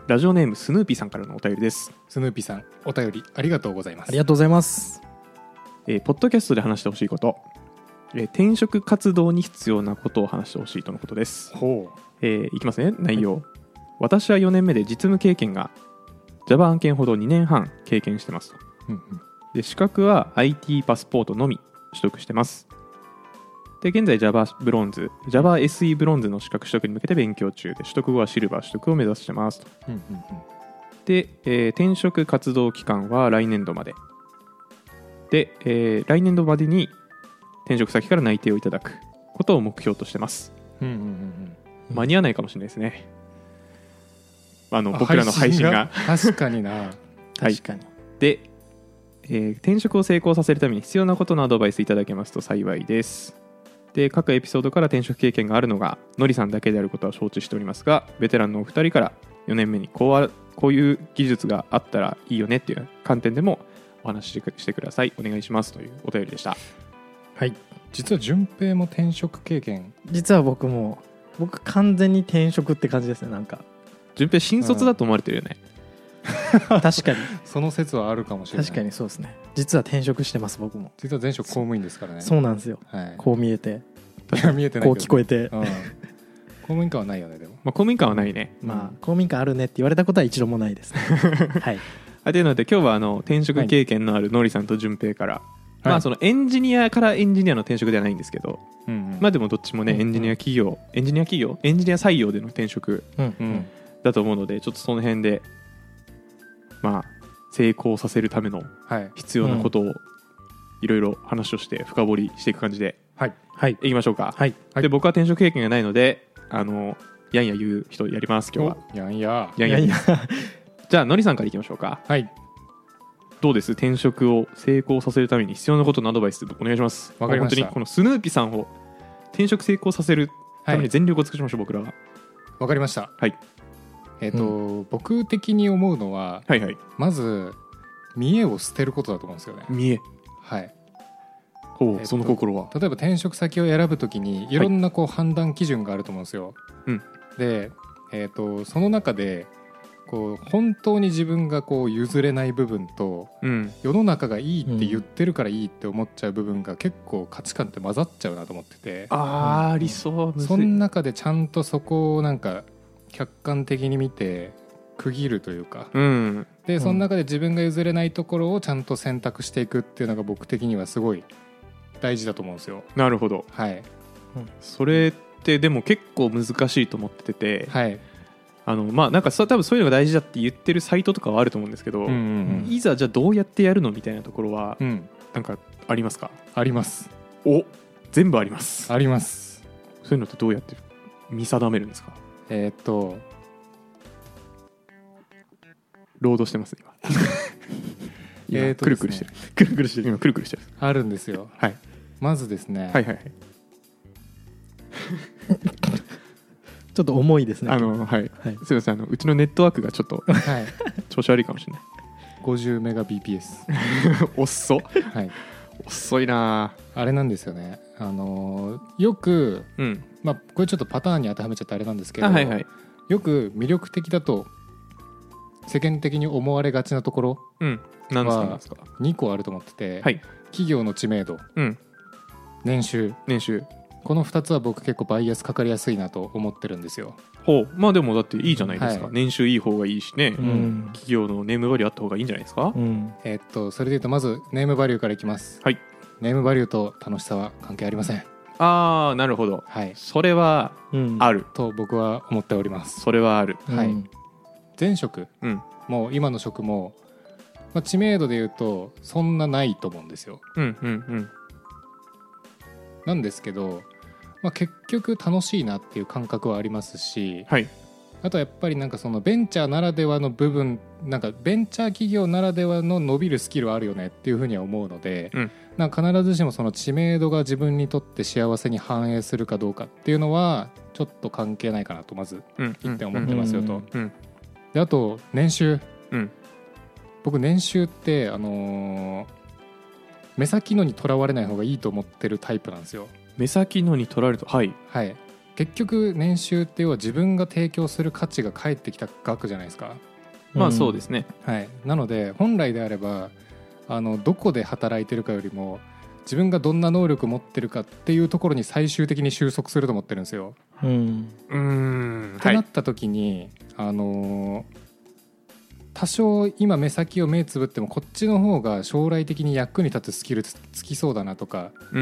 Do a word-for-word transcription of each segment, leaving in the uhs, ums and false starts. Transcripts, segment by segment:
ラジオネームスヌーピーさんからのお便りです。 スヌーピーさん、お便りありがとうございます。 ありがとうございます。 えー、ポッドキャストで話してほしいこと、えー、転職活動に必要なことを話してほしいとのことです。 ほう、 えー、いきますね、内容、はい、私はよねんめで実務経験が Java 案件ほどにねんはん経験してますと、うんうん、で資格は アイティー パスポートのみ取得してます。で現在 Java ブロンズ Java エスイー ブロンズの資格取得に向けて勉強中で、取得後はシルバー取得を目指してますと、うんうんうん、で、えー、転職活動期間は来年度までで、えー、来年度までに転職先から内定をいただくことを目標としてます、うんうんうんうん、間に合わないかもしれないですね、あの僕らの配信が確かにな確かに、はい、で、えー、転職を成功させるために必要なことのアドバイスいただけますと幸いです。で各エピソードから転職経験があるのがのりさんだけであることは承知しておりますが、ベテランのお二人からよねんめにこうあこういう技術があったらいいよねっていう観点でもお話ししてください、お願いしますというお便りでした。 はい、実は順平も転職経験。 実は僕も僕完全に転職って感じですね。なんか順平新卒だと思われてるよね、 うん、確かにその説はあるかもしれない。 確かにそうですね。実は転職してます。僕も実は前職公務員ですからね。 そうなんですよ、はい、こう見えていや見えてないけど、 こう聞こえて、うん、公務員感はないよね。でも、 まあ、公務員感はないね、 まあ、公務員感あるねって言われたことは一度もないですねはい。 というので今日はあの転職経験のあるのりさんと順平から、はい、まあ、そのエンジニアからエンジニアの転職ではないんですけど、うんうん、まあでもどっちもね、うんうん、エンジニア企業エンジニア企業エンジニア採用での転職だと思うので、ちょっとその辺でまあ成功させるための必要なことをいろいろ話をして深掘りしていく感じで、はいはい、いきましょうか、はいはい、で僕は転職経験がないので、あのやんや言う人やります今日は。 やんややんややんやじゃあのりさんからいきましょうか。 はい、 どうです？転職を成功させるために必要なことのアドバイスお願いします。 わかりました。 本当にこのスヌーピーさんを転職成功させるために全力を尽くしましょう、はい、僕らは。 わかりました。はい、えーとうん、僕的に思うのは、はいはい、まず見栄を捨てることだと思うんですよね。 見栄、はい、ほう、えー、その心は例えば転職先を選ぶときにいろんなこう判断基準があると思うんですよ、はい、で、えーと、その中でこう本当に自分がこう譲れない部分と、うん、世の中がいいって言ってるからいいって思っちゃう部分が結構価値観って混ざっちゃうなと思ってて、 あー、ありそう。 その中でちゃんとそこをなんか客観的に見て区切るというか、うん、でその中で自分が譲れないところをちゃんと選択していくっていうのが僕的にはすごい大事だと思うんですよ。 なるほど、はい、うん、それってでも結構難しいと思ってて、はい、あのまあなんか多分そういうのが大事だって言ってるサイトとかはあると思うんですけど、うんうんうん、いざじゃあどうやってやるのみたいなところは、うん、なんかありますか？ あります。 お、全部あります。 あります。 そういうのってどうやって見定めるんですか？ えー、っとロードしてます今今えーとくるくるしてるくるくるしてる今くるくるしてるあるんですよ、はい、まずですね、はいはいはい、 ちょっと重いですね。 あの、はいはい、すいません、あのうちのネットワークがちょっと、はい、調子悪いかもしれない。 ごじゅうメガビーピーエス遅っ、はい、遅いな。 あれなんですよね、あのー、よく、うんまあ、これちょっとパターンに当てはめちゃってあれなんですけど、はいはい、よく魅力的だと世間的に思われがちなところはにこあると思ってて、はい、企業の知名度、うん、年収年収このふたつは僕結構バイアスかかりやすいなと思ってるんですよ。 ほう、まあでもだっていいじゃないですか、はい、年収いい方がいいしね、うん、企業のネームバリューあった方がいいんじゃないですか、うん、 えー、っとそれでいうとまずネームバリューからいきます、はい、ネームバリューと楽しさは関係ありません。 あー、なるほど、はい、それはある、うん、 と僕は思っております。 それはある、 はい、うん、前職、うん、もう今の職も、まあ、知名度でいうとそんなないと思うんですよ、うんうんうん、なんですけど、まあ、結局楽しいなっていう感覚はありますし、はい、あとはやっぱりなんかそのベンチャーならではの部分、なんかベンチャー企業ならではの伸びるスキルはあるよねっていうふうには思うので、うん、なんか必ずしもその知名度が自分にとって幸せに反映するかどうかっていうのはちょっと関係ないかなとまず一点思ってますよと。であと年収、うん、僕年収ってあのー、目先のにとらわれない方がいいと思ってるタイプなんですよ。 目先のにとられると、はい、 はい、 結局年収って要は自分が提供する価値が返ってきた額じゃないですか。 まあそうですね、 はい、なので本来であればあのどこで働いてるかよりも自分がどんな能力を持ってるかっていうところに最終的に収束すると思ってるんですよ。 うん、 うーんってなった時に、はい、あの多少今目先を目つぶってもこっちの方が将来的に役に立つスキルつきそうだなとか、 うん、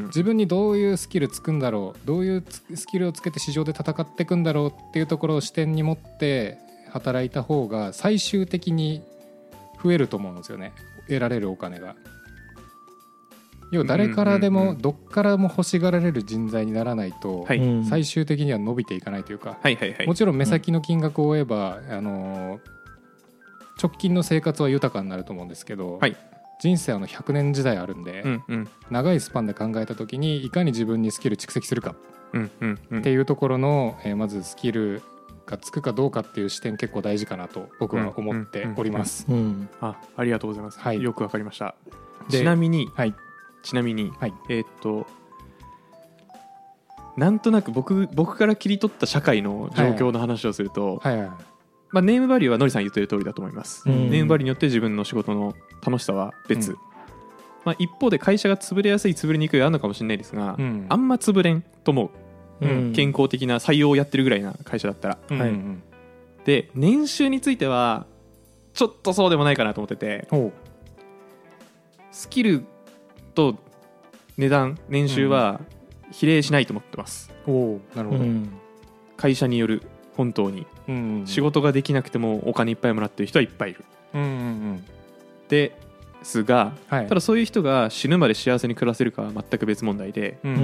自分にどういうスキルつくんだろう、どういうスキルをつけて市場で戦っていくんだろうっていうところを視点に持って働いた方が最終的に増えると思うんですよね、得られるお金が。要は誰からでもどっからも欲しがられる人材にならないと最終的には伸びていかないというか、 はいはいはい、 もちろん目先の金額を追えば、うん、あの直近の生活は豊かになると思うんですけど、はい、人生はのひゃくねん時代あるんで、うんうん、長いスパンで考えた時にいかに自分にスキル蓄積するかっていうところの、えー、まずスキルがつくかどうかっていう視点結構大事かなと僕は思っております。 あ、ありがとうございます、はい、よくわかりました。 ちなみに、 はい、 ちなみに、 はい、 えー、っとなんとなく 僕, 僕から切り取った社会の状況の話をすると、 はいはいはい、 まあ、ネームバリューはのりさん言ってる通りだと思います、うん、ネームバリューによって自分の仕事の楽しさは別、うん、まあ、一方で会社が潰れやすい潰れにくいはあるのかもしれないですが、うん、あんま潰れんと思う、うん、健康的な採用をやってるぐらいな会社だったら、うん、はい、で年収についてはちょっとそうでもないかなと思ってて、スキルと値段年収は比例しないと思ってます、 うん、おなるほど、うん、 会社による本当に、うんうんうん、仕事ができなくてもお金いっぱいもらってる人はいっぱいいる、うんうんうん、ですが、はい、ただそういう人が死ぬまで幸せに暮らせるかは全く別問題で、うん、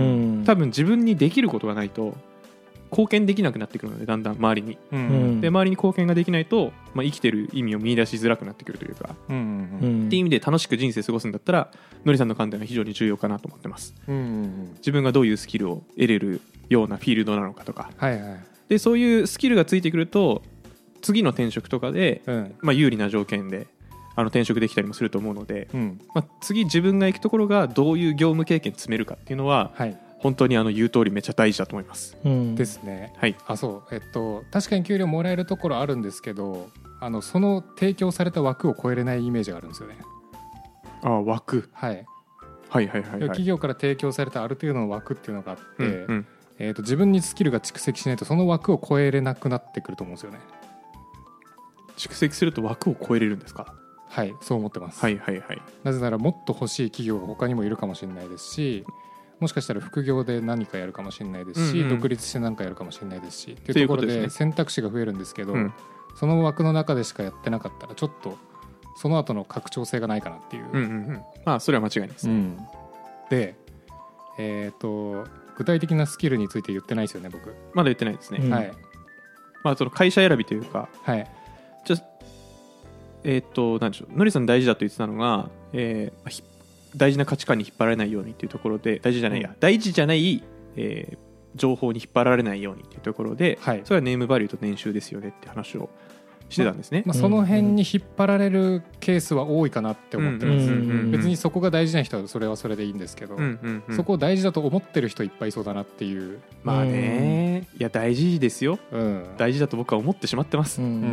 多分自分にできることがないと貢献できなくなってくるので、だんだん周りに、うん、で周りに貢献ができないと、まあ、生きてる意味を見出しづらくなってくるというか、うんうんうん、っていう意味で楽しく人生過ごすんだったらのりさんの観点は非常に重要かなと思ってます、うんうんうん、自分がどういうスキルを得れるようなフィールドなのかとか、はいはい、でそういうスキルがついてくると次の転職とかで、うん、まあ、有利な条件であの転職できたりもすると思うので、うん、まあ、次自分が行くところがどういう業務経験積めるかっていうのは、はい、本当にあの言う通りめっちゃ大事だと思います、 うん、ですね、はい、あそうえっと確かに給料もらえるところあるんですけど、あのその提供された枠を超えれないイメージがあるんですよね。 ああ、枠、 はい、 はいはいはいはい、 企業から提供されたある程度の枠っていうのがあって、うんうん、えー、と自分にスキルが蓄積しないとその枠を超えれなくなってくると思うんですよね。 蓄積すると枠を超えれるんですか？ はい、そう思ってます、 はいはいはい、 なぜならもっと欲しい企業が他にもいるかもしれないですし、もしかしたら副業で何かやるかもしれないですし、うんうん、独立して何かやるかもしれないですしっていうところで選択肢が増えるんですけど、うん、その枠の中でしかやってなかったらちょっとその後の拡張性がないかなっていう、うんうんうん、 まあそれは間違いないです、うん、 で、えーと具体的なスキルについて言ってないですよね、僕まだ言ってないですね、うん、 はい、 まあ、その会社選びというか、 はい、 じゃえー、となんでしょう、のりさん大事だと言ってたのが、えー、大事な価値観に引っ張られないようにというところで、大事じゃないや、うん、大事じゃない、えー、情報に引っ張られないようにというところで、はい、それはネームバリューと年収ですよねって話をしてたんですね、 ままあ、その辺に引っ張られるケースは多いかなって思ってるんです、うんうんうんうん、別にそこが大事な人はそれはそれでいいんですけど、うんうんうん、そこを大事だと思ってる人いっぱいいそうだなっていう。 まあね、いや大事ですよ、うん、大事だと僕は思ってしまってます、うんうんうん、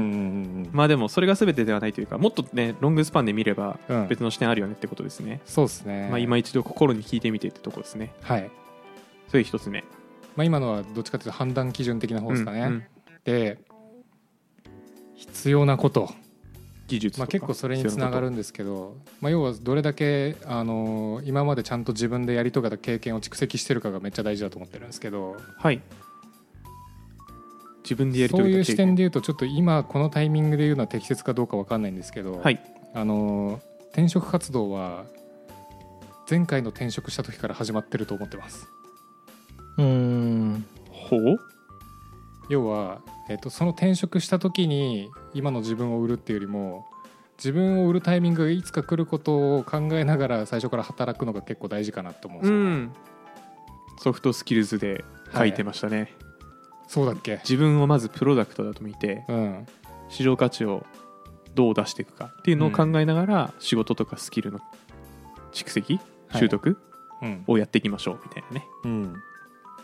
まあでもそれが全てではないというか、もっとねロングスパンで見れば別の視点あるよねってことですね、 うん、そうですね、 まあ、今一度心に聞いてみてってところですね。 はい、 それ一つ目、 まあ、今のはどっちかというと判断基準的な方ですかね、うんうん、で必要なこと技術とか、 まあ、結構それにつながるんですけど、まあ、要はどれだけ、あのー、今までちゃんと自分でやり遂げた経験を蓄積してるかがめっちゃ大事だと思ってるんですけど、 はい、自分でやり遂げた経験、 そういう視点でいうとちょっと今このタイミングで言うのは適切かどうか分かんないんですけど、はい、あのー、転職活動は前回の転職した時から始まってると思ってます。 うーん、 ほう、 要はえー、とその転職した時に今の自分を売るっていうよりも、自分を売るタイミングがいつか来ることを考えながら最初から働くのが結構大事かなと思うんですよね、うん、 ソフトスキルズで書いてましたね、はい、 そうだっけ。 自分をまずプロダクトだと見て、うん、市場価値をどう出していくかっていうのを考えながら、仕事とかスキルの蓄積、習得、はい、をやっていきましょうみたいなね、うん、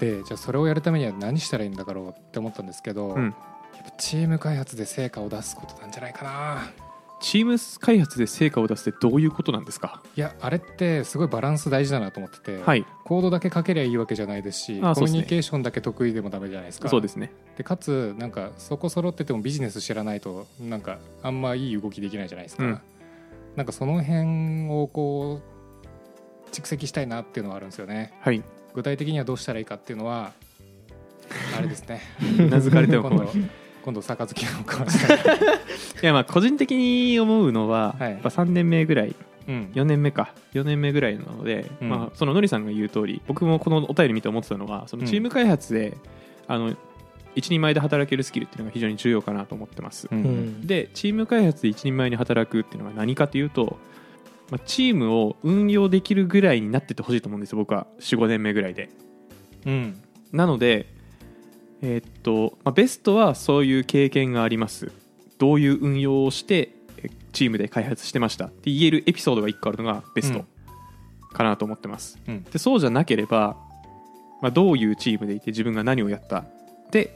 でじゃあそれをやるためには何したらいいんだろうって思ったんですけど、うん、やっぱチーム開発で成果を出すことなんじゃないかな。 チーム開発で成果を出すってどういうことなんですか？ いやあれってすごいバランス大事だなと思ってて、はい、コードだけ書けりゃいいわけじゃないですし、ああコミュニケーションだけ得意でもダメじゃないですか。 そうですね。 でかつなんかそこ揃っててもビジネス知らないとなんかあんまいい動きできないじゃないですか、うん、なんかその辺をこう蓄積したいなっていうのはあるんですよね、はい、具体的にはどうしたらいいかっていうのはあれですね名付かれても今度今度杯を交わしたいいやまあ個人的に思うのは、はい、やっぱさんねんめぐらい、うん、よねんめかよねんめぐらいなので、うんまあ、そののりさんが言う通り僕もこのお便り見て思ってたのはそのチーム開発で、うん、あの一人前で働けるスキルっていうのが非常に重要かなと思ってます、うん、でチーム開発で一人前に働くっていうのは何かというと、まあ、チームを運用できるぐらいになっててほしいと思うんですよ僕は よん,ご 年目ぐらいで、うん、なのでえーっとまあ、ベストはそういう経験があります。どういう運用をしてチームで開発してましたって言えるエピソードがいっこあるのがベストかなと思ってます、うん、でそうじゃなければ、まあ、どういうチームでいて自分が何をやったで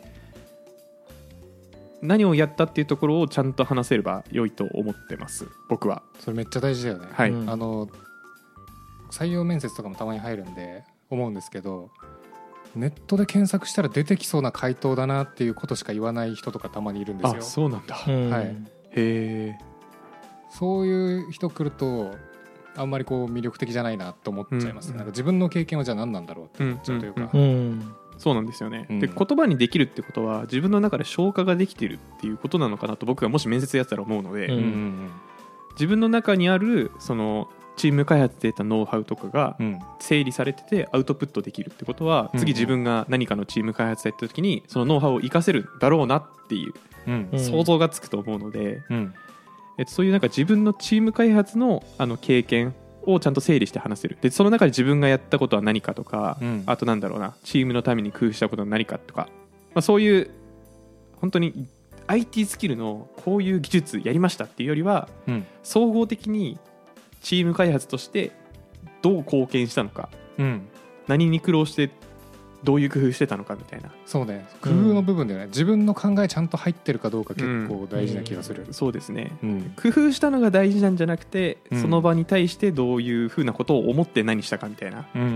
何をやったっていうところをちゃんと話せれば良いと思ってます僕は。 それめっちゃ大事だよね、はい、あの採用面接とかもたまに入るんで思うんですけどネットで検索したら出てきそうな回答だなっていうことしか言わない人とかたまにいるんですよ。 あ、そうなんだ、 はい、 へー。 そういう人来るとあんまりこう魅力的じゃないなと思っちゃいます、うんうん、なんか自分の経験はじゃあ何なんだろうって思っちゃうというか、うんうんうん、 そうなんですよね、うん、で言葉にできるってことは自分の中で消化ができてるっていうことなのかなと僕がもし面接やってたら思うので、うんうんうん、自分の中にあるそのチーム開発で得たノウハウとかが整理されててアウトプットできるってことは、うん、次自分が何かのチーム開発でやった時にそのノウハウを活かせるだろうなっていう、うん、想像がつくと思うので、うん、えっと、そういうなんか自分のチーム開発 の, あの経験をちゃんと整理して話せる。でその中で自分がやったことは何かとか、うん、あとなんだろうなチームのために工夫したことは何かとか、まあ、そういう本当に アイティー スキルのこういう技術やりましたっていうよりは、うん、総合的にチーム開発としてどう貢献したのか、うん、何に苦労してどういう工夫してたのかみたいな。 そうね、工夫の部分でね、うん、自分の考えちゃんと入ってるかどうか結構大事な気がする、 うんうん、そうですね、うん、工夫したのが大事なんじゃなくて、うん、その場に対してどういうふうなことを思って何したかみたいな、うんうんうん、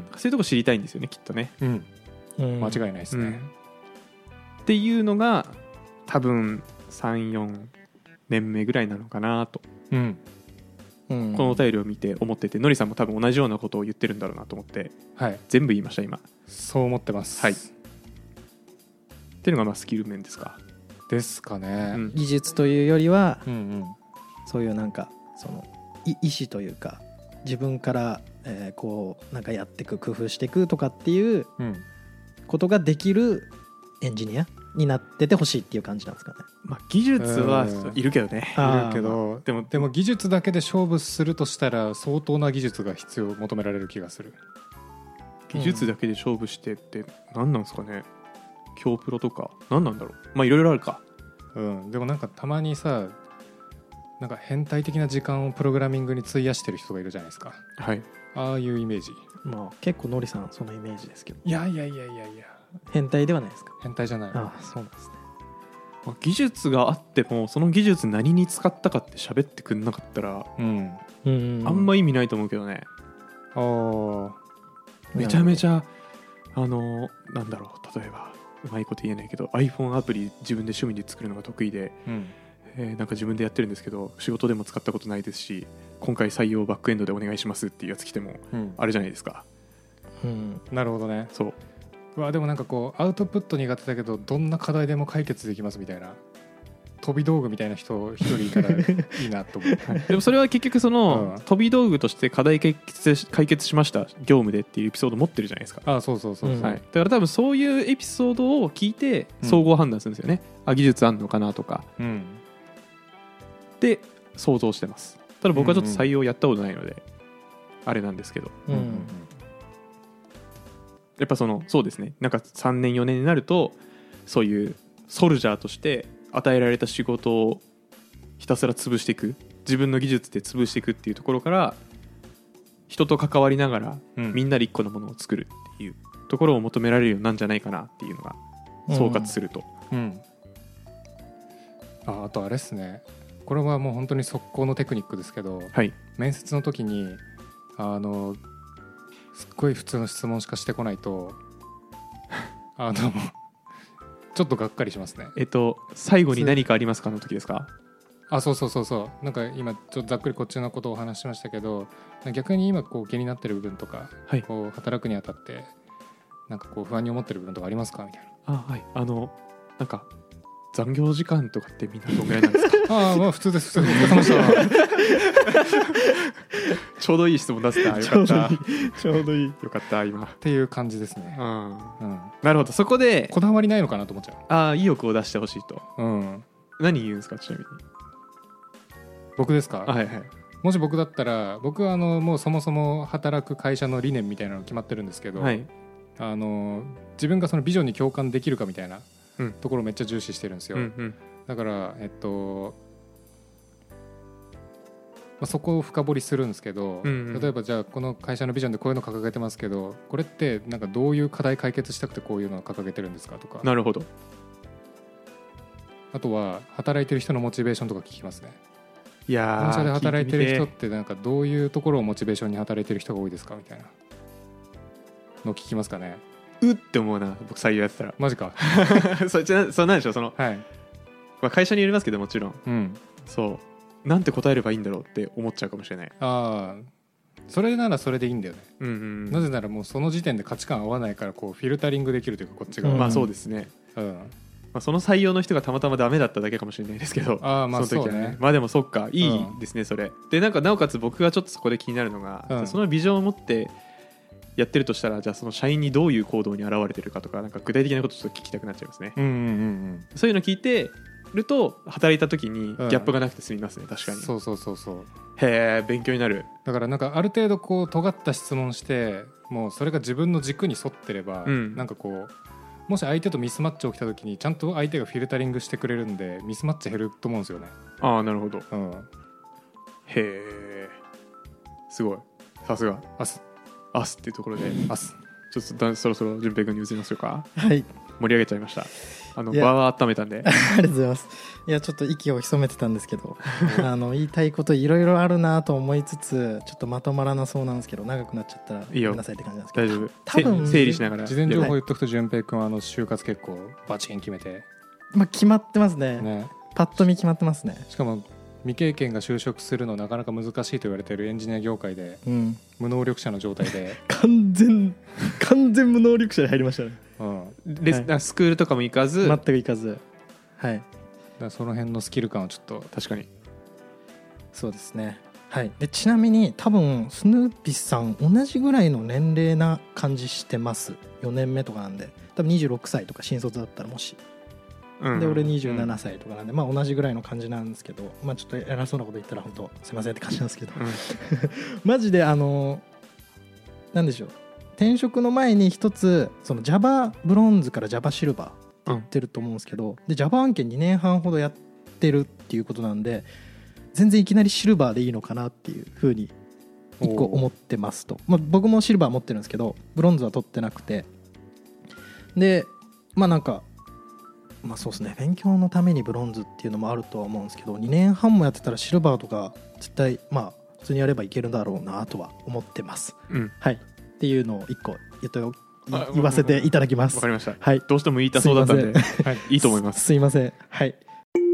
そういうとこ知りたいんですよねきっとね、うんうん、間違いないですね、うん、 っていうのが多分 さん,よん 年目ぐらいなのかなと、うんこのお便りを見て思ってて、のりさんも多分同じようなことを言ってるんだろうなと思って、はい、全部言いました今。 そう思ってます、 はい、っていうのがまあスキル面ですかですかね、 うん、技術というよりは、うんうん、そういうなんかその意思というか自分から、えー、こうなんかやっていく工夫していくとかっていうことができるエンジニアになっててほしいっていう感じなんですかね。 まあ、技術はいるけどね、 いるけどでも、でも技術だけで勝負するとしたら相当な技術が必要求められる気がする。 技術だけで勝負してって何なんですかね。強プロとか何なんだろう。まあいろいろあるか、 うん、でもなんかたまにさなんか変態的な時間をプログラミングに費やしてる人がいるじゃないですか。はい、ああいうイメージ。 まあ結構ノリさんそのイメージですけど。 いやいやいやいやいや変態ではないですか。 変態じゃない。 ああそうなんですね。 まあ、技術があってもその技術何に使ったかって喋ってくんなかったら、うん、あんま意味ないと思うけどね。あめちゃめちゃあのなんだろう、例えばうまいこと言えないけど iPhone アプリ自分で趣味で作るのが得意で、うんえー、なんか自分でやってるんですけど仕事でも使ったことないですし今回採用バックエンドでお願いしますっていうやつ来てもあれじゃないですか、 うんうん、なるほどね。 そううわでもなんかこうアウトプット苦手だけどどんな課題でも解決できますみたいな飛び道具みたいな人一人いたらいいなと思うでもそれは結局その、うん、飛び道具として課題解決解決しました業務でっていうエピソード持ってるじゃないですか。 ああそうそうそうそう、 うんはい、だから多分そういうエピソードを聞いて総合判断するんですよね、うん、あ技術あんのかなとか、うん、で想像してます。ただ僕はちょっと採用やったことないので、うんうん、あれなんですけど、うんうんやっぱそのそうですね、なんかさんねんよねんになるとそういうソルジャーとして与えられた仕事をひたすら潰していく、自分の技術で潰していくっていうところから人と関わりながら、うん、みんなで一個のものを作るっていうところを求められるようになんじゃないかなっていうのが総括すると、 うんうん、あ, あとあれですね、これはもう本当に速攻のテクニックですけど、 はい、 面接の時にあのすっごい普通の質問しかしてこないとあのちょっとがっかりしますね。 えっと最後に何かありますかの時ですか？ あ、そうそうそうそう、なんか今ちょっとざっくりこっちのことをお話ししましたけど、逆に今こう気になってる部分とか、はい、こう働くにあたってなんかこう不安に思ってる部分とかありますかみたいな。あ、はい、あのなんか残業時間とかってみんなどんぐらいなんですか？ ああ、まあ普通です普通です。お疲れ様でしたちょうどいい質問出せた。よかった。 ちょうどいい。 よかった今っていう感じですね。 うんうん、なるほど。そこでこだわりないのかなと思っちゃう。 ああ、意欲を出してほしいと。 うん。 何言うんですかちなみに。 僕ですか？ はいはい。 もし僕だったら、僕はあのもうそもそも働く会社の理念みたいなの決まってるんですけど、はい、あの自分がそのビジョンに共感できるかみたいなところをめっちゃ重視してるんですよ、うんうん、だからえっとまあ、そこを深掘りするんですけど、うんうん、例えばじゃあこの会社のビジョンでこういうの掲げてますけど、これってなんかどういう課題解決したくてこういうのを掲げてるんですかとか。 なるほど。 あとは働いてる人のモチベーションとか聞きますね。 いやー、 本社で働いてる人ってなんかどういうところをモチベーションに働いてる人が多いですかみたいなの聞きますかね。 うって思うな、僕採用やってたら。 マジかそじゃそうなんでしょうその、 はい、 まあ、会社によりますけどもちろん、 うん、 そうなんて答えればいいんだろうって思っちゃうかもしれない。 ああ、それならそれでいいんだよね、 うんうんうん、 なぜならもうその時点で価値観合わないからこうフィルタリングできるというかこっちが、 うん、まあそうですね、 うん、 まあ、その採用の人がたまたまダメだっただけかもしれないですけど、 あ、まあ、 その時はね、 そうね、 まあでもそっか、いいですね、うん、それで。なんかなおかつ僕がちょっとそこで気になるのが、うん、そのビジョンを持ってやってるとしたら、じゃあその社員にどういう行動に現れてるかとか、なんか具体的なことちょっと聞きたくなっちゃいますね、 うんうんうんうん、 そういうの聞いてると働いた時にギャップがなくて済みますね、うん、確かに。 そうそうそうそう。 へえ、勉強になる。 だからなんかある程度こう尖った質問して、もうそれが自分の軸に沿ってれば、うん、なんかこうもし相手とミスマッチ起きた時にちゃんと相手がフィルタリングしてくれるんでミスマッチ減ると思うんですよね。 ああ、なるほど、 うん、 へえ、すごい、さすがアスアスっていうところで、 アスちょっとそろそろ順平君に移りましょうか。 はい、 盛り上げちゃいました。あの場は温めたんでありがとうございます。いやちょっと息を潜めてたんですけどあの言いたいこといろいろあるなと思いつつちょっとまとまらなそうなんですけど、長くなっちゃったらごめんなさいって感じなんですけど、 大丈夫、 多分整理しながら。 事前情報言っとくと順平君はあの就活結構バチン決めて、 まあ、決まってますね、 ね、 パッと見決まってますね。 しかも未経験が就職するのなかなか難しいと言われているエンジニア業界で、うん、無能力者の状態で完全完全無能力者に入りましたね、 うん、 レス、はい、スクールとかも行かず、 全く行かず、はい、だからその辺のスキル感はちょっと確かにそうですね、はい、でちなみに多分スヌーピーさん同じぐらいの年齢な感じしてます。よねんめとかなんで多分にじゅうろくさいとか新卒だったら、もしで俺にじゅうななさいとかなんで、まあ同じぐらいの感じなんですけど、まあちょっと偉そうなこと言ったら本当すいませんって感じなんですけど、うん、マジであのなんでしょう、転職の前に一つその Java ブロンズから Java シルバーって言ってると思うんですけど、で Java 案件にねんはんほどやってるっていうことなんで、全然いきなりシルバーでいいのかなっていうふうに一個思ってますと。まあ、僕もシルバー持ってるんですけどブロンズは取ってなくて、でまあなんかまあそうですね、勉強のためにブロンズっていうのもあるとは思うんですけど、にねんはんもやってたらシルバーとか絶対まあ普通にやればいけるんだろうなとは思ってます、うん、はい、っていうのを一個言っと言わせていただきます。 わかりました、 はい、 どうしても言いたそうだったんで、はい、いいと思います。 すいません、はい。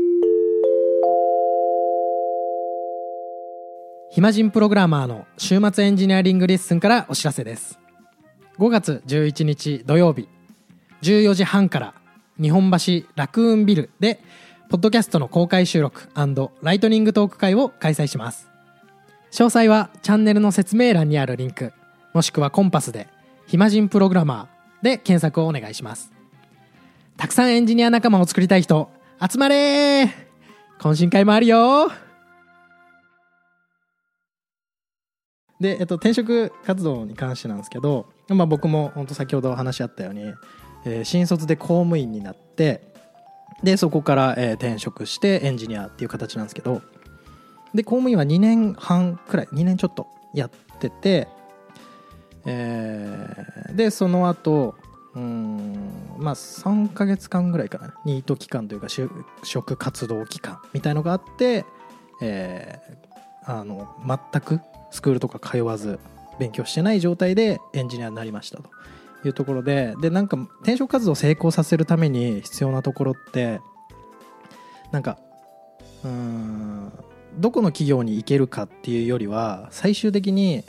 暇人プログラマーの週末エンジニアリングレッスンからお知らせです。ごがつじゅういちにち土曜日じゅうよじはんから日本橋ラクーンビルでポッドキャストの公開収録&ライトニングトーク会を開催します。詳細はチャンネルの説明欄にあるリンク、もしくはコンパスで暇人プログラマーで検索をお願いします。たくさんエンジニア仲間を作りたい人集まれー、懇親会もあるよ。で、えっと、転職活動に関してなんですけど、まあ、僕も本当先ほど話し合ったように、えー、新卒で公務員になって、でそこから、えー、転職してエンジニアっていう形なんですけど、で公務員はにねんはんくらいにねんちょっとやってて、 えー、でその後うーんまあさんかげつかんぐらいかな、ニート期間というか就職活動期間みたいのがあって、えー、あの全くスクールとか通わず勉強してない状態でエンジニアになりましたというところで、でなんか転職活動を成功させるために必要なところってなんかうーんどこの企業に行けるかっていうよりは最終的に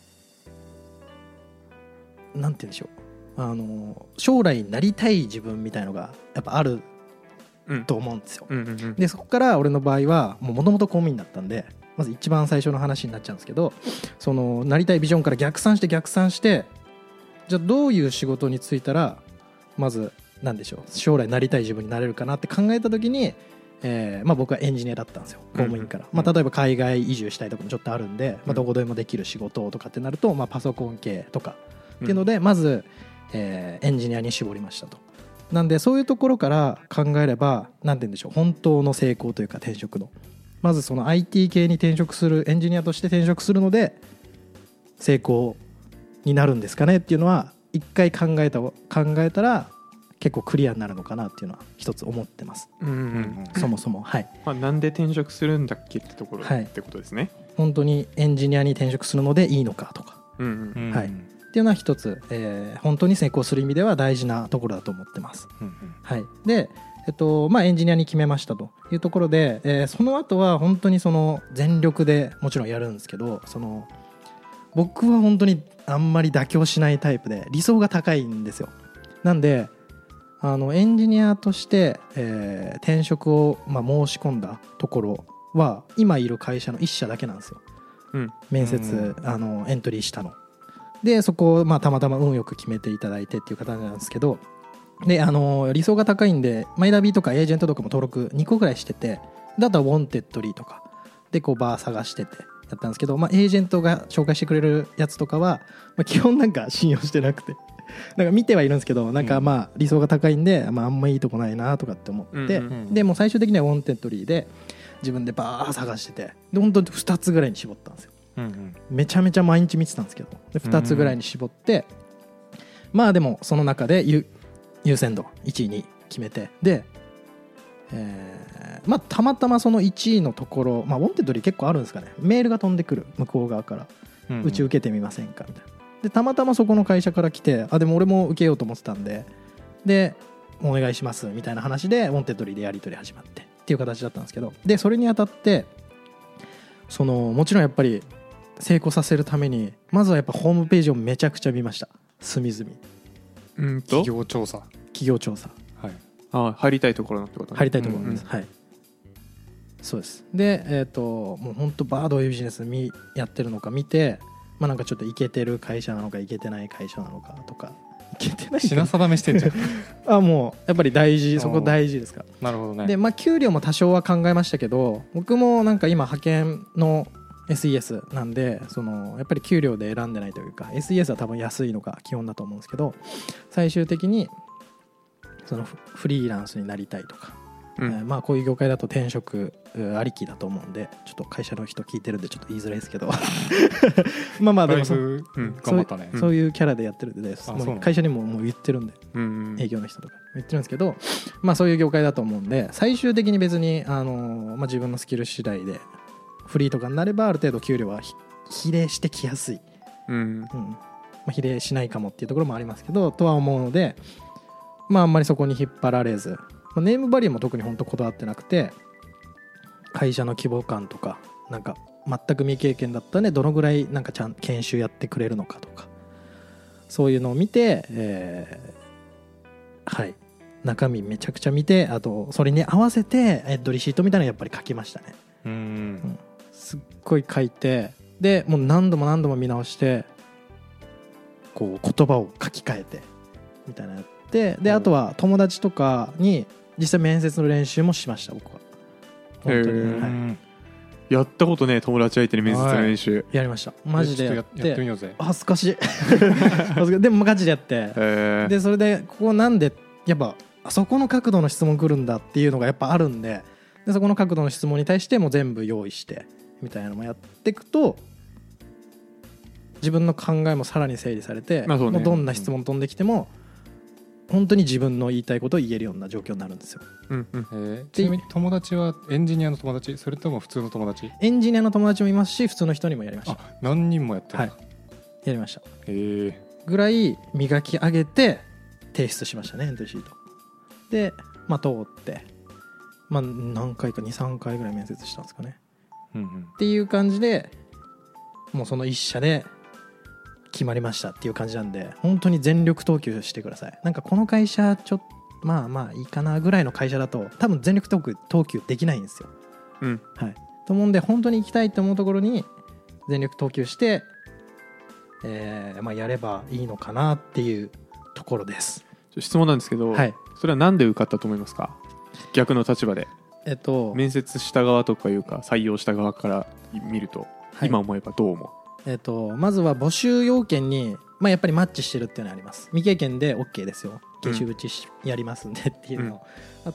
なんて言うんでしょう、あの将来なりたい自分みたいのがやっぱあると思うんですよ、うんうんうんうん、でそこから俺の場合はもともと公務員だったんでまず一番最初の話になっちゃうんですけど、そのなりたいビジョンから逆算して逆算してじゃあどういう仕事に就いたらまずなんでしょう将来なりたい自分になれるかなって考えた時に、えーまあ、僕はエンジニアだったんですよ公務員から、うんまあ、例えば海外移住したいとかもちょっとあるんで、まあ、どこでもできる仕事とかってなると、まあ、パソコン系とかっていうのでまず、えー、エンジニアに絞りましたと。なんでそういうところから考えればなんて言うんでしょう本当の成功というか転職のまずその アイティー 系に転職するエンジニアとして転職するので成功になるんですかねっていうのは一回考えた考えたら結構クリアになるのかなっていうのは一つ思ってます、うんうんうん、そもそもはい、 まあ、なんで転職するんだっけってところ、はい、ってことですね。 本当にエンジニアに転職するのでいいのかとか、うんうんはい、っていうのは一つ、えー、本当に成功する意味では大事なところだと思ってます、うんうんはい、でえっとまあ、エンジニアに決めましたというところで、えー、その後は本当にその全力でもちろんやるんですけどその僕は本当にあんまり妥協しないタイプで理想が高いんですよ。なんであのエンジニアとして、えー、転職を、まあ、申し込んだところは今いる会社の一社だけなんですよ、うん、面接あのエントリーしたのでそこを、まあ、たまたま運よく決めていただいてっていう形なんですけどであの理想が高いんでマイナビとかエージェントとかも登録にこぐらいしててであとはウォンテッドリーとかでこうバー探しててやったんですけど、まあ、エージェントが紹介してくれるやつとかは、まあ、基本なんか信用してなくてなんか見てはいるんですけどなんかまあ理想が高いんで、まあ、あんまいいとこないなとかって思って、うんうんうん、でもう最終的にはウォンテッドリーで自分でバー探しててで本当にふたつぐらいに絞ったんですよ、うんうん、めちゃめちゃ毎日見てたんですけどでふたつぐらいに絞って、うん、まあでもその中で優先度いちいに決めてで、えーまあ、たまたまそのいちいのところ、まあ、ウォンテッドリー結構あるんですかねメールが飛んでくる向こう側から、うんうん、うち受けてみませんかみたいなでたまたまそこの会社から来てあでも俺も受けようと思ってたんででお願いしますみたいな話でウォンテッドリーでやり取り始まってっていう形だったんですけどでそれにあたってそのもちろんやっぱり成功させるためにまずはやっぱホームページをめちゃくちゃ見ました隅々 うんと企業調査企業調査、 はい、あ入りたいところのってこと、ね、 入りたいところです、うんうん、はいそうですでえっ、ー、ともう本当バーどういうビジネスみやってるのか見てまあなんかちょっとイケてる会社なのかイケてない会社なのかとかイケてない品定めしてんじゃんあもうやっぱり大事そこ大事ですかなるほどねでまあ給料も多少は考えましたけど僕もなんか今派遣の エスイーエス なんでそのやっぱり給料で選んでないというか エスイーエス は多分安いのが基本だと思うんですけど最終的にそのフリーランスになりたいとか、うんえー、まあこういう業界だと転職ありきだと思うんでちょっと会社の人聞いてるんでちょっと言いづらいですけどまあまあでもそ、うん、頑張ったね、そう、そういうキャラでやってるんで、うん、もう会社にももう言ってるんで、うん、営業の人とか言ってるんですけどまあそういう業界だと思うんで最終的に別にあの、まあ、自分のスキル次第でフリーとかになればある程度給料は比例してきやすい、うんうんまあ、比例しないかもっていうところもありますけどとは思うのでまああんまりそこに引っ張られず、まあ、ネームバリューも特に本当こだわってなくて会社の規模感とかなんか全く未経験だったねどのぐらいなんかちゃん研修やってくれるのかとかそういうのを見て、えー、はい中身めちゃくちゃ見てあとそれに合わせてエッドリシートみたいなのやっぱり書きましたねうん、うん、すっごい書いてでもう何度も何度も見直してこう言葉を書き換えてみたいなやってであとは友達とかに実際面接の練習もしました僕は本当に、はい、 やったことね友達相手に面接の練習、 はい、やりましたマジでやって、 やってみようぜ恥ずかしいでもガチでやってでそれでここなんでやっぱあそこの角度の質問来るんだっていうのがやっぱあるんで、でそこの角度の質問に対しても全部用意してみたいなのもやっていくと自分の考えもさらに整理されて、 まあそうね、 もうどんな質問飛んできても本当に自分の言いたいことを言えるような状況になるんですよ、 うんうん、えー、ちなみに友達はエンジニアの友達、それとも普通の友達？ エンジニアの友達もいますし普通の人にもやりました。 あ、何人もやってる、 はい、やりました。 へー、 ぐらい磨き上げて提出しましたね、エントリーシートで、まあ、通って、まあ、何回か にさんかいぐらい面接したんですかね、うんうん、っていう感じでもうその一社で決まりましたっていう感じなんで、本当に全力投球してください。なんかこの会社ちょっとまあまあいいかなぐらいの会社だと多分全力投球投球できないんですよ、うんはい、と思うんで本当に行きたいと思うところに全力投球して、えーまあ、やればいいのかなっていうところです。 質問なんですけど、はい、それはなんで受かったと思いますか？逆の立場で、えっと、面接した側とかいうか採用した側から見ると、はい、今思えばどう思う？ えっと、まずは募集要件に、まあ、やっぱりマッチしてるっていうのがあります。未経験で OK ですよ、研修口やりますんでっていうのあって、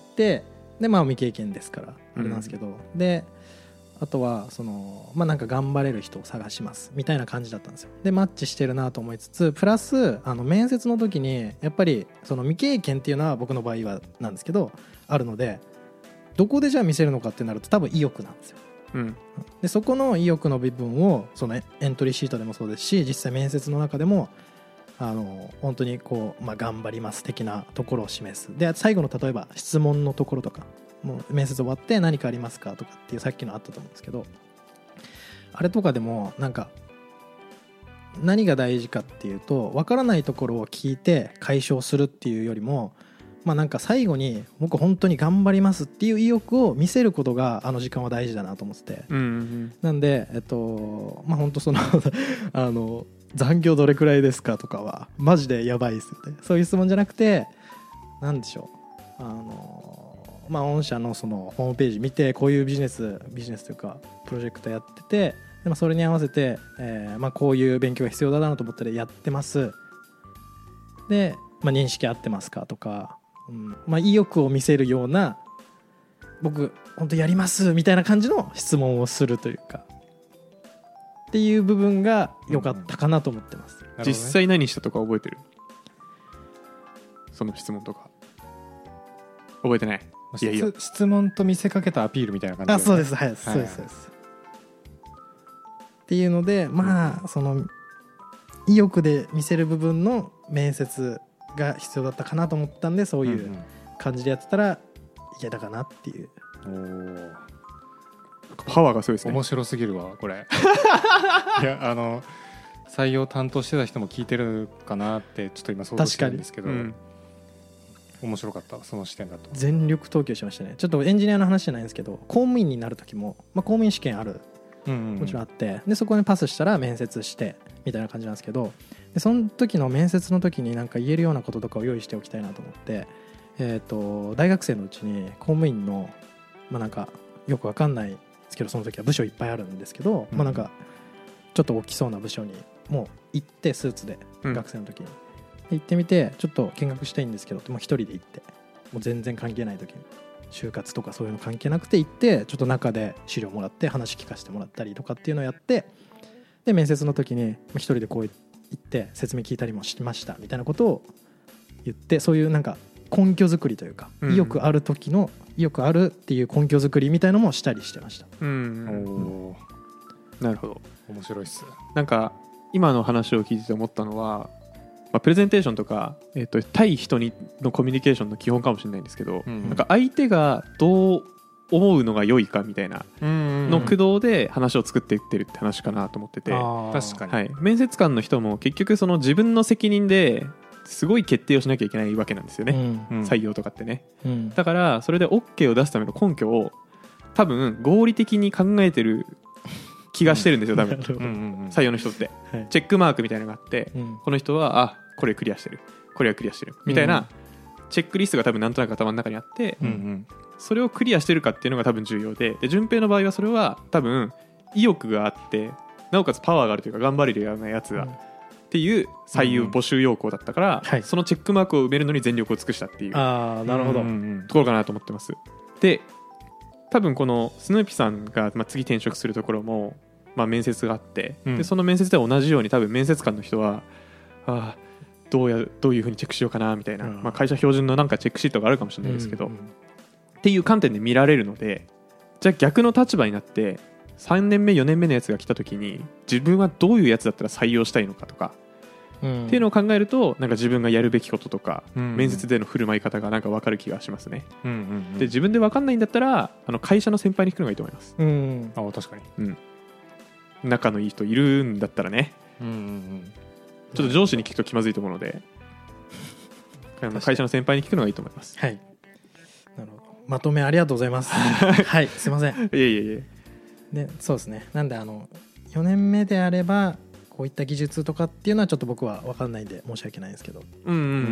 うん、でまあ未経験ですからあれなんですけど、うん、であとはその、まあ、なんか頑張れる人を探しますみたいな感じだったんですよ。でマッチしてるなと思いつつ、プラスあの面接の時にやっぱりその未経験っていうのは僕の場合はなんですけどあるので、どこでじゃあ見せるのかってなると多分意欲なんですよ、うん、でそこの意欲の部分をそのエントリーシートでもそうですし、実際面接の中でもあの本当にこう、まあ、頑張ります的なところを示す。で最後の例えば質問のところとかもう面接終わって何かありますかとかっていうさっきのあったと思うんですけど、あれとかでもなんか何が大事かっていうと、分からないところを聞いて解消するっていうよりも、まあなんか最後に僕本当に頑張りますっていう意欲を見せることがあの時間は大事だなと思ってて、うんうんうん、なんでえっとまあ本当そのあの残業どれくらいですかとかはマジでやばいですよね。そういう質問じゃなくて、なんでしょう、あのまあ御社のそのホームページ見てこういうビジネスビジネスというかプロジェクトやってて、でもそれに合わせて、えーまあ、こういう勉強が必要だなと思ったらやってますで、まあ、認識合ってますかとか、うんまあ、意欲を見せるような、僕本当やりますみたいな感じの質問をするというかっていう部分が良かったかなと思ってます、 うん、実際何したとか覚えてる？その質問とか覚えてない？ いやいや、質問と見せかけたアピールみたいな感じで、ね、 あそうです、はい、はい、そうですそうです。っていうので、まあその意欲で見せる部分の面接が必要だったかなと思ったんで、そういう感じでやってたらいけたかなっていう。おー、 パワーがすごいですね。 面白すぎるわこれいやあの採用担当してた人も聞いてるかなってちょっと今想像してるんですけど、うん、面白かった、その視点だと。 全力投球しましたね。ちょっとエンジニアの話じゃないんですけど、公務員になる時も、まあ、公務員試験ある、うんうんうん、もちろんあって、でそこにパスしたら面接してみたいな感じなんですけど、でその時の面接の時になんか言えるようなこととかを用意しておきたいなと思って、えー、と大学生のうちに公務員の、まあ、なんかよくわかんないですけど、その時は部署いっぱいあるんですけど、うん、まあ、なんかちょっと大きそうな部署にもう行って、スーツで学生の時に、うん、行ってみてちょっと見学したいんですけど、もう一人で行って、もう全然関係ない時に就活とかそういうの関係なくて行って、ちょっと中で資料もらって話聞かせてもらったりとかっていうのをやって、で面接の時に一人でこう行って説明聞いたりもしましたみたいなことを言って、そういうなんか根拠作りというか、うん、意欲ある時の意欲あるっていう根拠作りみたいのもしたりしてました、うんうん、なるほど、 面白いっす。 なんか今の話を聞いてて思ったのは、まあ、プレゼンテーションとか、えー、と対人にのコミュニケーションの基本かもしれないんですけど、うんうん、なんか相手がどう思うのが良いかみたいなの駆動で話を作っていってるって話かなと思ってて、 確かに、 はい、面接官の人も結局その自分の責任ですごい決定をしなきゃいけないわけなんですよね、うん、採用とかってね、うん、だからそれで OK を出すための根拠を多分合理的に考えてる気がしてるんですよ、多分採用の人って、はい、チェックマークみたいなのがあって、うん、この人はあこれクリアしてる、これはクリアしてるみたいなチェックリストが多分なんとなく頭の中にあって、うんうん、それをクリアしてるかっていうのが多分重要で、で順平の場合はそれは多分意欲があってなおかつパワーがあるというか頑張れるようなやつだ、うん、っていう採用募集要項だったから、うん、そのチェックマークを埋めるのに全力を尽くしたっていう、 あー、なるほど、 ところかなと思ってます。で多分このスヌーピさんが、まあ、次転職するところも、 まあ、面接があって、 うん、 でその面接では同じように多分面接官の人はあどうやどういうふうにチェックしようかなみたいな、うんまあ、会社標準のなんかチェックシートがあるかもしれないですけど、うんうん、っていう観点で見られるので、じゃあ逆の立場になってさんねんめよねんめのやつが来た時に自分はどういうやつだったら採用したいのかとか、うん、っていうのを考えるとなんか自分がやるべきこととか、うんうん、面接での振る舞い方がなんか分かる気がしますね、うんうんうん、で自分で分かんないんだったらあの会社の先輩に聞くのがいいと思います、 うん、あ確かに、 うん、仲のいい人いるんだったらね、うんうんうん、ちょっと上司に聞くと気まずいと思うので会社の先輩に聞くのがいいと思います。 はい、なるほど、まとめありがとうございますはいすいませんいえいえいえでそうですね、なんであのよねんめであればこういった技術とかっていうのはちょっと僕は分かんないんで申し訳ないんですけど、 うんうんうんうん、うん、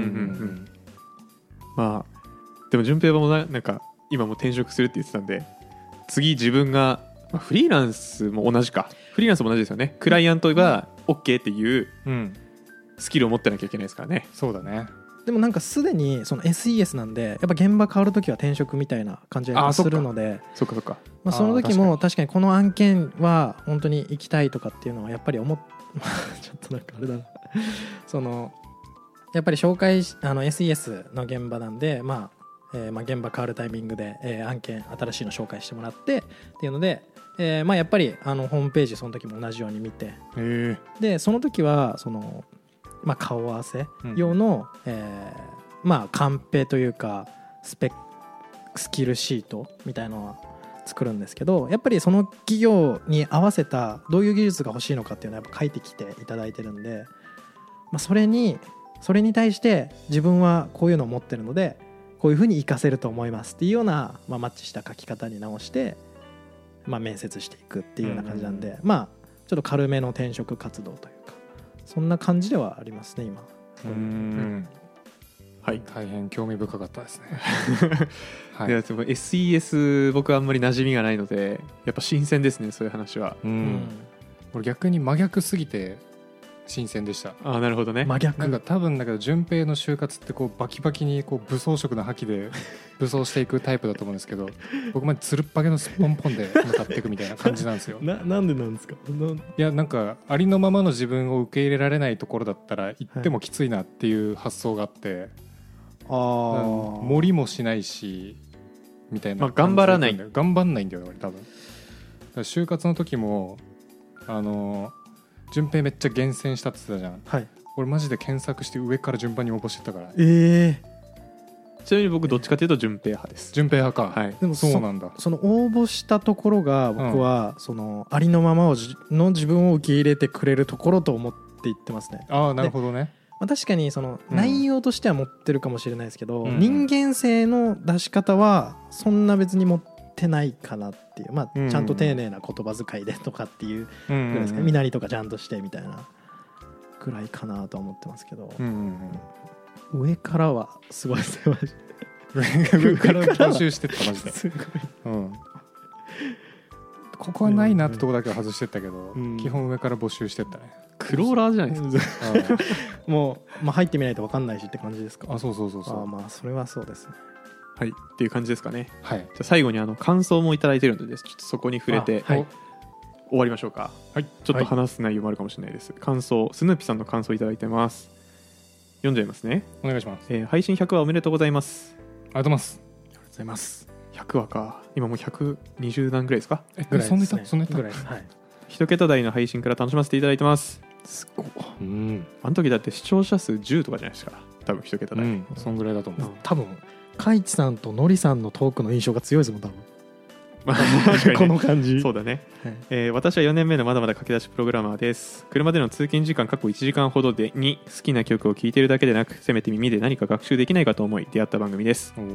まあでも順平もななんか今も転職するって言ってたんで次自分が、まあ、フリーランスも同じかフリーランスも同じですよね。クライアントが OK っていうスキルを持ってなきゃいけないですからね、 うん、そうだね。 でもなんかすでにその エスイーエス なんでやっぱ現場変わるときは転職みたいな感じがするので、 そっかそっか、 まあ、その時も確かにこの案件は本当に行きたいとかっていうのはやっぱり思っちょっとなんかあれだなそのやっぱり紹介あの エスイーエス の現場なんで、まあえー、まあ現場変わるタイミングで、えー、案件新しいの紹介してもらってっていうので、えー、まあやっぱりあのホームページその時も同じように見て、 へでその時はそのまあ、顔合わせ用の、うんえーまあ、カンペというかスペックスキルシートみたいなのは作るんですけど、やっぱりその企業に合わせたどういう技術が欲しいのかっていうのはやっぱ書いてきていただいてるんで、まあ、それにそれに対して自分はこういうのを持ってるのでこういうふうに活かせると思いますっていうような、まあ、マッチした書き方に直して、まあ、面接していくっていうような感じなんで、うんうん、まあちょっと軽めの転職活動というかそんな感じではありますね今。 うーん、 はい、 大変興味深かったですねはい、いやでも エスイーエス 僕はあんまり馴染みがないのでやっぱ新鮮ですねそういう話は、うん、 俺逆に真逆すぎて新鮮でした。 あ、なるほどね。 真逆なんか多分だけど順平の就活ってこうバキバキにこう武装色の覇気で武装していくタイプだと思うんですけど僕までつるっぱげのすっぽんぽんで向かっていくみたいな感じなんですよな, なんでなんですか。 いやなんかありのままの自分を受け入れられないところだったら行ってもきついなっていう発想があって、はい、あ盛りもしないしみたいな、 まあ、頑張らない頑張んないんだよね俺多分。就活の時もあの順平めっちゃ厳選したって言ってたじゃん、 はい、 俺マジで検索して上から順番に応募してたから。 えー、ちなみに僕どっちかというと順平派です。 順平派か、 はい、 でもそうなんだ。 そ, その応募したところが僕は、うん、そのありのままをの自分を受け入れてくれるところと思って言ってますね。 ああなるほどね。 まあ、確かにその内容としては持ってるかもしれないですけど、うん、人間性の出し方はそんな別に持ってないかなっていう、まあ、ちゃんと丁寧な言葉遣いでとかっていうぐらいですかね。身なりとかちゃんとしてみたいなぐらいかなと思ってますけど、うんうんうん、上からはすごいですねマジで上から募集してったマジですごい、うん、ここはないなってとこだけは外してったけど、うん、基本上から募集してったね。 クローラーじゃないですかもう、まあ、入ってみないと分かんないしって感じですか。 あ、そうそうそうそう。 あ、まあそれはそうですね。 はいっていう感じですかね。 はい、 じゃあ最後にあの感想もいただいてるのでちょっとそこに触れて、はい、終わりましょうか。はい、ちょっと話す内容もあるかもしれないです、はい、感想スヌーピさんの感想いただいてます。読んじゃいますね。 お願いします。 えー、配信ひゃくわおめでとうございます。 ありがとうございます。 ありがとうございます。 ひゃくわか。今もうひゃくにじゅうなんぐらいですか。 えぐらいですね。そんなにいたそんなにいたぐらい、 はい、 一桁台の配信から楽しませていただいてます。 すごい、 うん、あの時だって視聴者数じゅうとかじゃないですか多分一桁台、うん、 そんぐらいだと思う、 うん、多分カイチさんとノリさんのトークの印象が強いですもん多分確かに、ね、 この感じ。 そうだね、はい。えー、私はよねんめのまだまだ駆け出しプログラマーです。車での通勤時間過去いちじかんほどでに好きな曲を聴いているだけでなくせめて耳で何か学習できないかと思い出会った番組です、うん、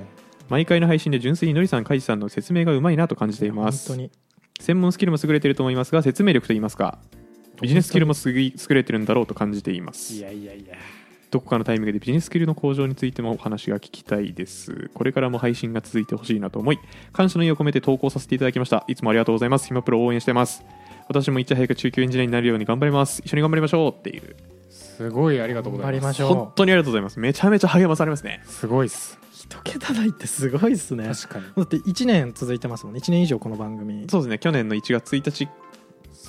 毎回の配信で純粋にノリさんカイチさんの説明がうまいなと感じています。 本当に専門スキルも優れていると思いますが説明力といいますかビジネススキルも優れてるんだろうと感じています。 いやいやいや、 どこかのタイミングでビジネススキルの向上についてもお話が聞きたいです。これからも配信が続いてほしいなと思い感謝の意を込めて投稿させていただきました。いつもありがとうございます。ひまプロ応援してます。私もいち早く中級エンジニアになるように頑張ります。一緒に頑張りましょうっていう。 すごいありがとうございます。 本当にありがとうございます。めちゃめちゃ励まされますね。 すごいっす。 一桁台ってすごいっすね。 確かに。 だっていちねん続いてますもんね。いちねん以上この番組。 そうですね。去年のいちがつついたち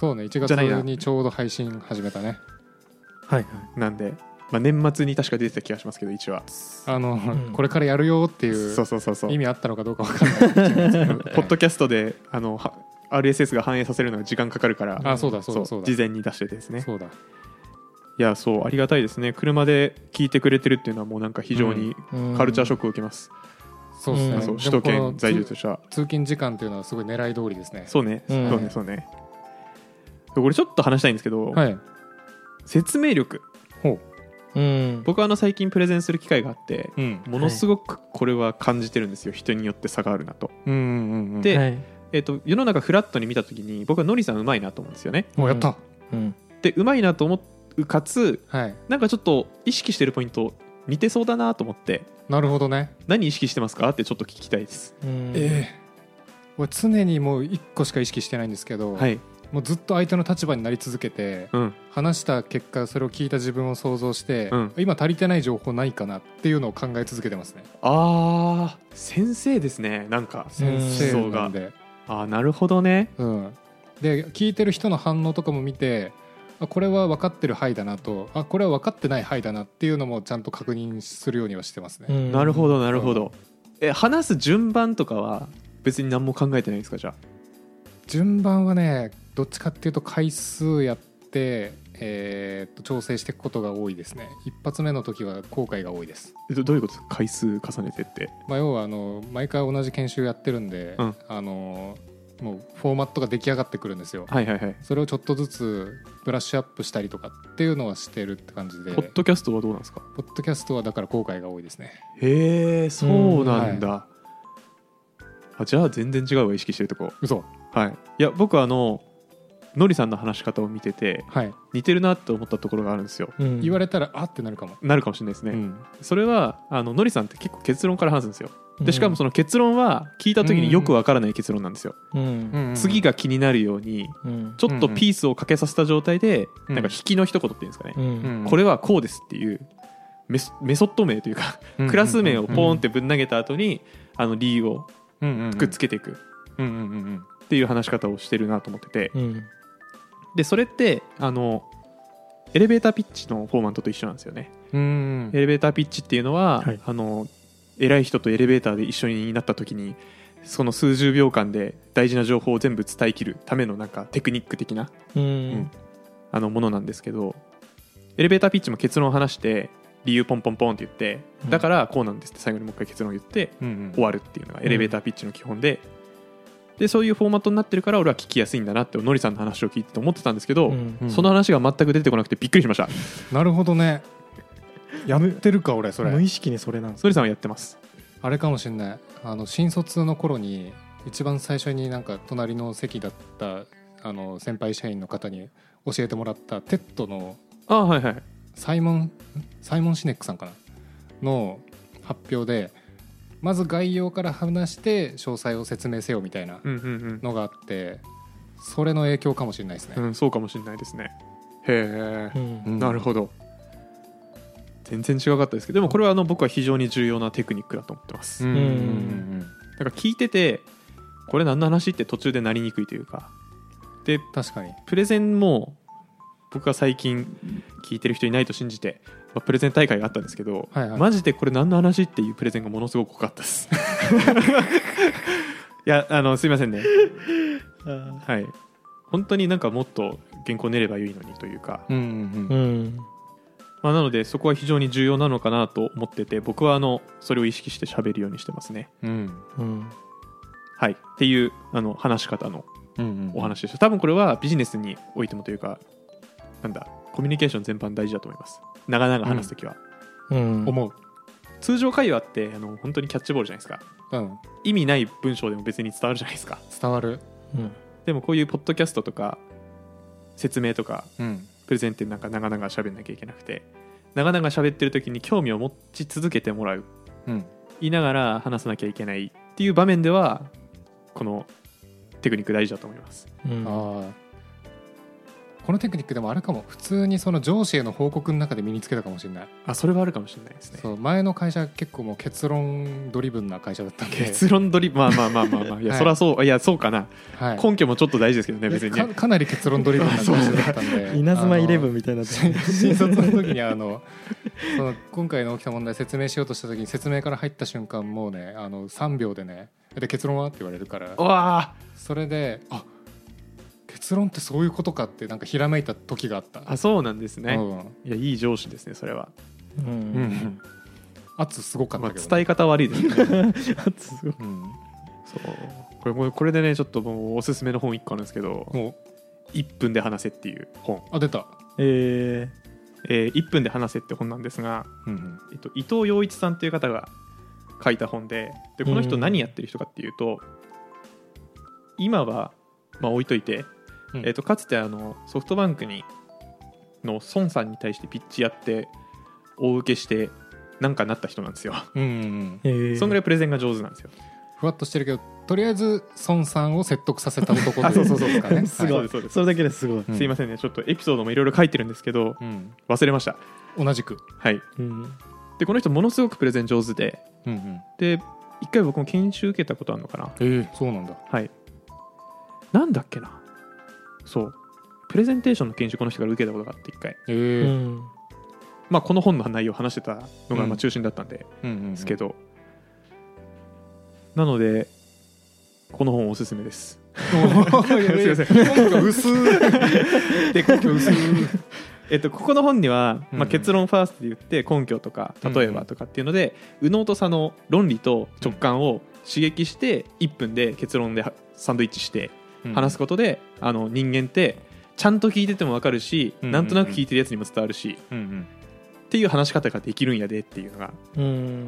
そうねいちがつにちょうど配信始めたね。 はいはいなんで、まあ、年末に確か出てた気がしますけどいちわあの、うん、これからやるよっていうそうそうそうそう意味あったのかどうか分かんないポッドキャストであの アールエスエス が反映させるのが時間かかるからあそうだそうだそうだ事前に出しててですね。 そうだいやそうありがたいですね。車で聞いてくれてるっていうのはもうなんか非常にカルチャーショックを受けます、 うん、そうですね、うん、 そう首都圏在住としては通勤時間っていうのはすごい狙い通りですね。 そうね、うん、そうねそうね。これちょっと話したいんですけど、はい、説明力ほう、うん、僕はあの最近プレゼンする機会があって、うん、ものすごくこれは感じてるんですよ、はい、人によって差があるなと、うんうんうん、で、はいえー、と世の中フラットに見たときに僕はノリさんうまいなと思うんですよね。 おやった、 うん、でうまいなと思うかつ、はい、なんかちょっと意識してるポイント似てそうだなと思って。 なるほどね。 何意識してますかってちょっと聞きたいです。 うんえー、俺常にもういっこしか意識してないんですけど、はい、もうずっと相手の立場になり続けて、うん、話した結果それを聞いた自分を想像して、うん、今足りてない情報ないかなっていうのを考え続けてますね。 あー先生ですね。なんか先生なんであなるほどね、 うん、で聞いてる人の反応とかも見てあこれは分かってる範だなとあこれは分かってない範だなっていうのもちゃんと確認するようにはしてますね、うん、 なるほどなるほど、うん、え話す順番とかは別に何も考えてないですか？じゃあ順番はねどっちかっていうと回数やって、えー、っと調整していくことが多いですね。一発目の時は後悔が多いです。 ど, どういうことですか？回数重ねてって、 まあ、要はあの毎回同じ研修やってるんで、うん、あのもうフォーマットが出来上がってくるんですよ、 はいはいはい、 それをちょっとずつブラッシュアップしたりとかっていうのはしてるって感じで。 ポッドキャストはどうなんですか？ ポッドキャストはだから後悔が多いですね。 へえそうなんだ、はい、あじゃあ全然違うわ意識してるとこ。 嘘。 はい、いや僕はあののりさんの話し方を見てて、はい、似てるなって思ったところがあるんですよ、 うん、言われたらあってなるかもなるかもしれないですね、うん、それはあののりさんって結構結論から話すんですよ。でしかもその結論は聞いた時によくわからない結論なんですよ、うん、次が気になるようにちょっとピースをかけさせた状態でなんか引きの一言っていうんですかね、うん、これはこうですっていうメソッド名というかクラス名をポーンってぶん投げた後にあの理由をくっつけていくっていう話し方をしてるなと思ってて、うんでそれってあのエレベーターピッチのフォーマットと一緒なんですよね。うんエレベーターピッチっていうのは、はい、あの偉い人とエレベーターで一緒になった時にその数十秒間で大事な情報を全部伝えきるためのなんかテクニック的な、うんうん、あのものなんですけど、エレベーターピッチも結論を話して理由ポンポンポンって言って、うん、だからこうなんですって最後にもう一回結論を言って、うんうん、終わるっていうのがエレベーターピッチの基本で、でそういうフォーマットになってるから俺は聞きやすいんだなってのりさんの話を聞いて思ってたんですけど、うんうん、その話が全く出てこなくてびっくりしました。 なるほどね。やってるか俺それ無意識にそれなんです。 のりさんはやってます。 あれかもしれない。あの新卒の頃に一番最初になんか隣の席だったあの先輩社員の方に教えてもらったテッドのあ、はいはい、 サイモンサイモンシネックさんかなの発表でまず概要から話して詳細を説明せよみたいなのがあって、うんうんうん、それの影響かもしれないですね、 うん、そうかもしれないですね。へえ、うん、なるほど。全然違かったですけど、でもこれはあの僕は非常に重要なテクニックだと思ってます。うんうんうん、だから聞いててこれ何の話って途中でなりにくいというか、で確かにプレゼンも僕が最近聞いてる人いないと信じて、まあ、プレゼン大会があったんですけど、はいはい、マジでこれ何の話っていうプレゼンがものすごく多かったですいやあのすいませんねはい、本当になんかもっと原稿練ればいいのにというか、うんうんうんまあ、なのでそこは非常に重要なのかなと思ってて、僕はあのそれを意識して喋るようにしてますね、うんうん、はいっていうあの話し方のお話でした。多分これはビジネスにおいてもというかなんだコミュニケーション全般大事だと思います。長々話すときは、うん、思う。通常会話ってあの本当にキャッチボールじゃないですか、うん、意味ない文章でも別に伝わるじゃないですか。 伝わる、 うん、でもこういうポッドキャストとか説明とか、うん、プレゼンってなんか長々喋んなきゃいけなくて、長々喋ってる時に興味を持ち続けてもらう、うん、言いながら話さなきゃいけないっていう場面ではこのテクニック大事だと思います、うん、あこのテクニックでもあるかも。普通にその上司への報告の中で身につけたかもしれない。 あ、それはあるかもしれないですね。 そう、前の会社結構もう結論ドリブンな会社だったんで。 結論ドリブン、まあまあまあまあまあいや、はい、そりゃそう、いやそうかな、はい、根拠もちょっと大事ですけどね、別にね。 か, かなり結論ドリブンな会社だったんで稲妻イレブンみたいな新卒の時にあのその今回の起きた問題説明しようとした時に、説明から入った瞬間もうね、あのさんびょうでね、で結論はって言われるから、 わそれであ結論ってそういうことかってなんかひらめいた時があった。 あ、そうなんですね、 うん、 いや、いい上司ですね、それは。 うん、うん、圧すごかったけど、ね、 まあ、伝え方悪いですね圧すごい、 うん、そうこれ、これでね、ちょっともうおすすめの本いっこあるんですけど、もういっぷんで話せっていう本。 あ、出た。 えーえー、いっぷんで話せって本なんですが、うんうん、えっと、伊藤洋一さんという方が書いた本で、でこの人何やってる人かっていうと、今はまあ置いといて、うん、えー、とかつてあのソフトバンクにの孫さんに対してピッチやって大受けしてなんかなった人なんですよ、うんうんうん、そんぐらいプレゼンが上手なんですよ。 ふわっとしてるけど、とりあえず孫さんを説得させた男というですかね。 すごい、はい、それだけですごい、 うん、すいませんね、ちょっとエピソードもいろいろ書いてるんですけど、うん、忘れました。 同じく、 はい、うん、でこの人ものすごくプレゼン上手で、うんうん、で一回僕も研修受けたことあるのかな。 えー、そうなんだ。 はい、なんだっけな、そうプレゼンテーションの研修この人から受けたことがあって一回、えーまあ、この本の内容を話してたのがまあ中心だったんで、うん、ですけど、なのでこの本おすすめです。すいません、根拠薄で根拠薄えっと、ここの本には、まあ、結論ファーストで言って根拠とか例えばとかっていうので、右脳と左脳、論理と直感を刺激していっぷんで結論でサンドイッチして話すことで、あの人間ってちゃんと聞いてても分かるし、なんとなく聞いてるやつにも伝わるし、っていう話し方ができるんやでっていうのが、 うん、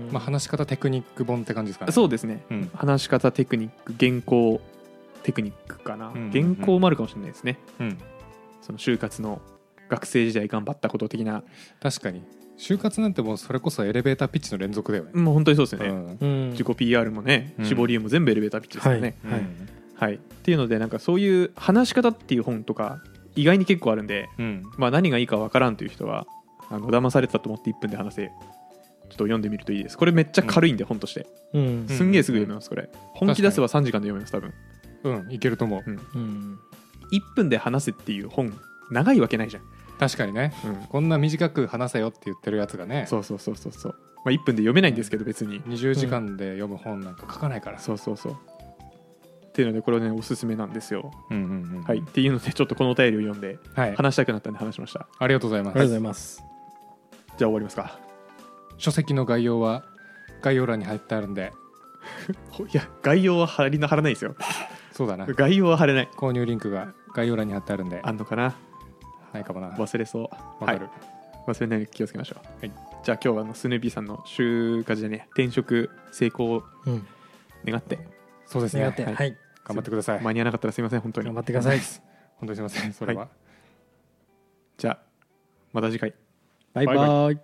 まあ、話し方テクニック本って感じですかね。 そうですね、うん、話し方テクニック、原稿テクニックかな、うんうんうん、原稿もあるかもしれないですね、うん、その就活の学生時代頑張ったこと的な。 確かに就活なんてもうそれこそエレベーターピッチの連続だよね。 もう本当にそうですよね、うん、自己 ピーアール もね、うん、絞りも全部エレベーターピッチですよね、はいはいはい、っていうので、なんかそういう話し方っていう本とか意外に結構あるんで、うん、まあ、何がいいか分からんという人はあの騙されたと思っていっぷんで話せちょっと読んでみるといいです。これめっちゃ軽いんで、うん、本として、うん、すんげえすぐ読めます。これ本気出せばさんじかんで読めます多分。 うん、いけると思う、うんうん、いっぷんで話せっていう本長いわけないじゃん。 確かにね、うん、こんな短く話せよって言ってるやつがね。 そうそうそうそうそう、まあ、いっぷんで読めないんですけど別ににじゅうじかんで読む本なんか書かないから、うん、 そうそうそうっていうのでこれねおすすめなんですよ、うんうんうん、はい、っていうのでちょっとこのお便りを読んで話したくなったんで話しました、はい、 ありがとうございます。 ありがとうございます。 じゃあ終わりますか。 書籍の概要は概要欄に貼ってあるんでいや概要は貼りの貼らないですよそうだな、 概要は貼れない。 購入リンクが概要欄に貼ってあるんで。 あんのかな。 ないかもな。 忘れそう。 わかる、 はい、忘れないように気をつけましょう、はい、じゃあ今日はあのスヌーピーさんの就活じゃね転職成功を願って、うん、 そうですね、 願って、はい、はい、 頑張ってください。 間に合わなかったらすいません、本当に頑張ってください本当にすいません、それは、はい、 じゃあまた次回。 バイバイ。バイバイ。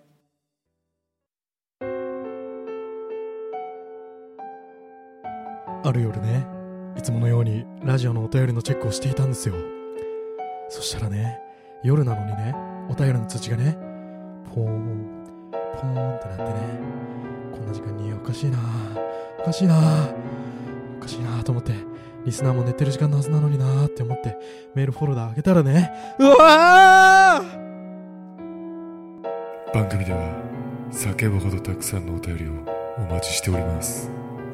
ある夜ね、いつものようにラジオのお便りのチェックをしていたんですよ。そしたらね、夜なのにね、お便りの通知がね、ポーンポーンってなってね、こんな時間におかしいなおかしいなおかしいなと思って、リスナーも寝てる時間のはずなのになって思ってメールフォルダ開けたらね、うわー、 番組では叫ぶほどたくさんのお便りをお待ちしております。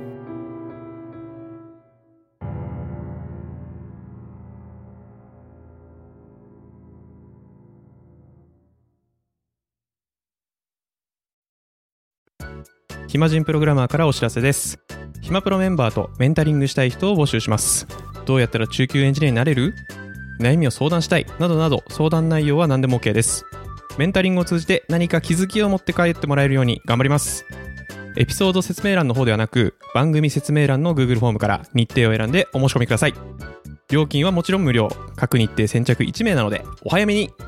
暇人プログラマーからお知らせです。暇プロメンバーとメンタリングしたい人を募集します。どうやったら中級エンジニアになれる？悩みを相談したいなどなど、相談内容は何でも OK です。メンタリングを通じて何か気づきを持って帰ってもらえるように頑張ります。エピソード説明欄の方ではなく、番組説明欄の Google フォームから日程を選んでお申し込みください。料金はもちろん無料、各日程先着いち名なのでお早めに。